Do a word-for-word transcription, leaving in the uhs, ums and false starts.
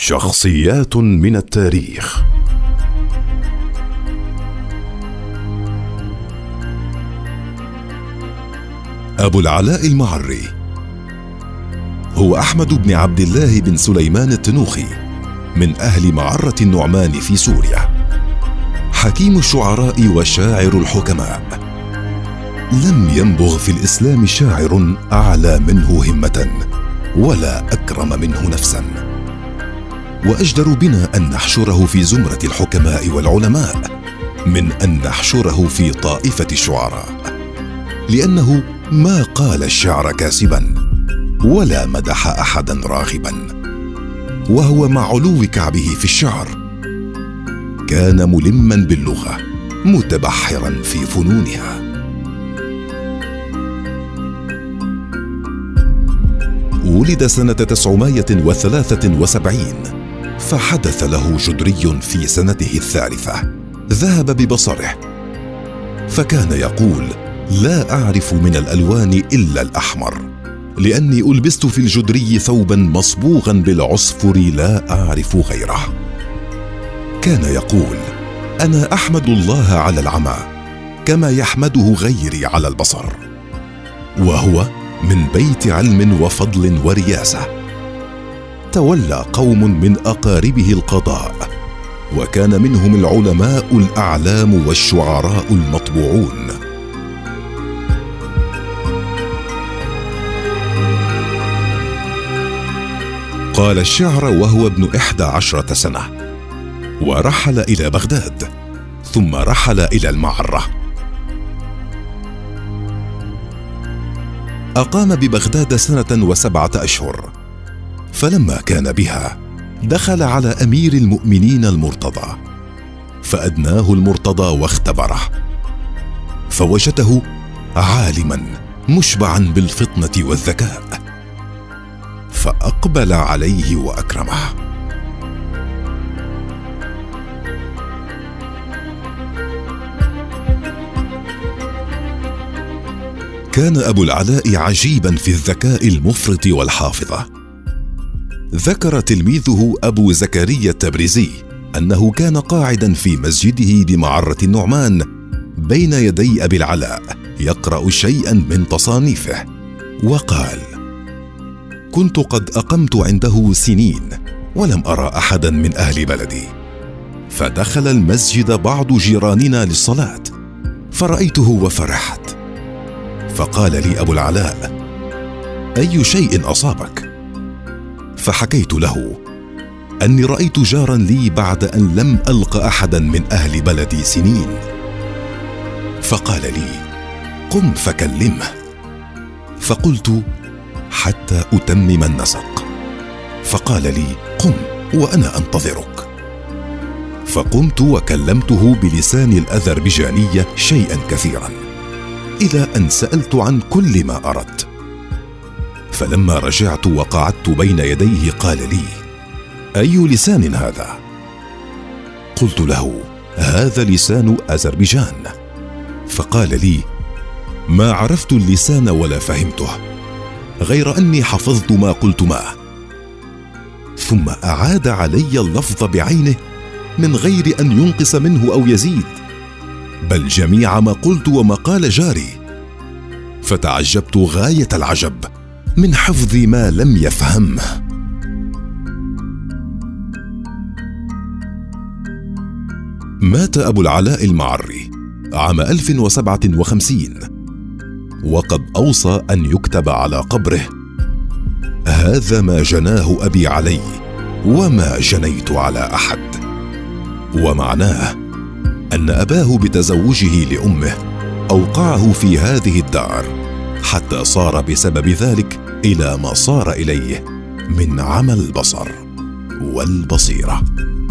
شخصيات من التاريخ. أبو العلاء المعري هو أحمد بن عبد الله بن سليمان التنوخي من أهل معرة النعمان في سوريا، حكيم الشعراء وشاعر الحكماء. لم ينبغ في الإسلام شاعر أعلى منه همة ولا أكرم منه نفسا، وأجدر بنا أن نحشره في زمرة الحكماء والعلماء من أن نحشره في طائفة الشعراء، لأنه ما قال الشعر كاسبا ولا مدح أحدا راغبا، وهو مع علو كعبه في الشعر كان ملما باللغة متبحرا في فنونها. ولد سنة تسعمائة وثلاثة وسبعين، فحدث له جدري في سنته الثالثة ذهب ببصره، فكان يقول: لا أعرف من الألوان إلا الأحمر، لأني ألبست في الجدري ثوبا مصبوغا بالعصفر لا أعرف غيره. كان يقول: أنا أحمد الله على العمى كما يحمده غيري على البصر، وهو من بيت علم وفضل ورياسة. تولى قوم من أقاربه القضاء، وكان منهم العلماء الأعلام والشعراء المطبوعون. قال الشعر وهو ابن إحدى عشرة سنة، ورحل إلى بغداد، ثم رحل إلى المعرة. أقام ببغداد سنة وسبعة أشهر، فلما كان بها دخل على أمير المؤمنين المرتضى، فأدناه المرتضى واختبره، فوجده عالما مشبعا بالفطنة والذكاء، فأقبل عليه وأكرمه. كان أبو العلاء عجيبا في الذكاء المفرط والحافظة. ذكر تلميذه أبو زكريا التبريزي أنه كان قاعدا في مسجده بمعرة النعمان بين يدي أبي العلاء يقرأ شيئا من تصانيفه، وقال: كنت قد أقمت عنده سنين ولم أرى أحدا من أهل بلدي، فدخل المسجد بعض جيراننا للصلاة فرأيته وفرحت، فقال لي أبو العلاء: أي شيء أصابك؟ فحكيت له أني رأيت جارا لي بعد أن لم ألق أحدا من أهل بلدي سنين، فقال لي: قم فكلمه. فقلت: حتى أتمم النسق. فقال لي: قم وأنا أنتظرك. فقمت وكلمته بلسان الأذربيجانية شيئا كثيرا، إلى أن سألت عن كل ما أردت. فلما رجعت وقعدت بين يديه قال لي: أي لسان هذا؟ قلت له: هذا لسان أذربيجان. فقال لي: ما عرفت اللسان ولا فهمته، غير أني حفظت ما قلت معه. ثم أعاد علي اللفظ بعينه من غير أن ينقص منه أو يزيد، بل جميع ما قلت وما قال جاري. فتعجبت غاية العجب من حفظ ما لم يفهمه. مات أبو العلاء المعري عام ألف وسبعة وخمسين، وقد أوصى أن يكتب على قبره: هذا ما جناه أبي علي وما جنيت على أحد. ومعناه أن أباه بتزوجه لأمه أوقعه في هذه الدار، حتى صار بسبب ذلك إلى ما صار إليه من عمى البصر والبصيرة.